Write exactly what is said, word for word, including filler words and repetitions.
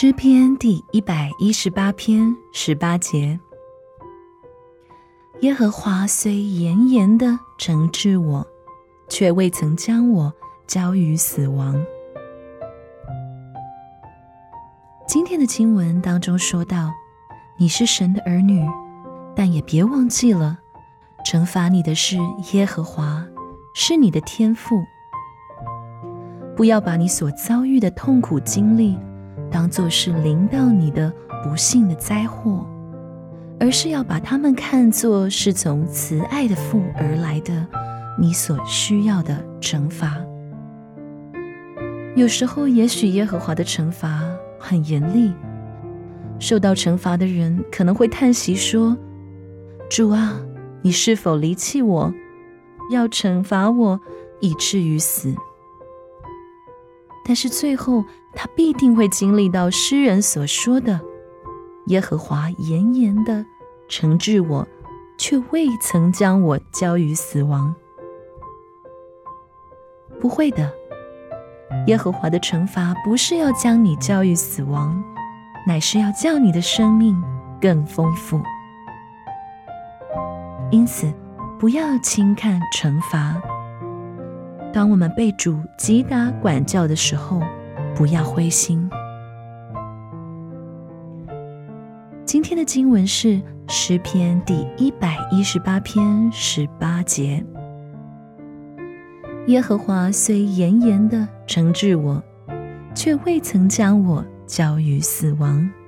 诗篇第一百一十八篇十八节，耶和华虽严严地惩治我，却未曾将我交于死亡。今天的经文当中说到，你是神的儿女，但也别忘记了，惩罚你的是耶和华，是你的天父。不要把你所遭遇的痛苦经历当作是临到你的不幸的灾祸，而是要把它们看作是从慈爱的父而来的你所需要的惩罚。有时候也许耶和华的惩罚很严厉，受到惩罚的人可能会叹息说，主啊，你是否离弃我，要惩罚我以至于死？但是最后他必定会经历到诗人所说的，耶和华严严地惩治我，却未曾将我交于死亡。不会的，耶和华的惩罚不是要将你交于死亡，乃是要叫你的生命更丰富。因此不要轻看惩罚，当我们被主击打管教的时候，不要灰心。今天的经文是诗篇第一百一十八篇十八节，耶和华虽严严地惩治我，却未曾将我交于死亡。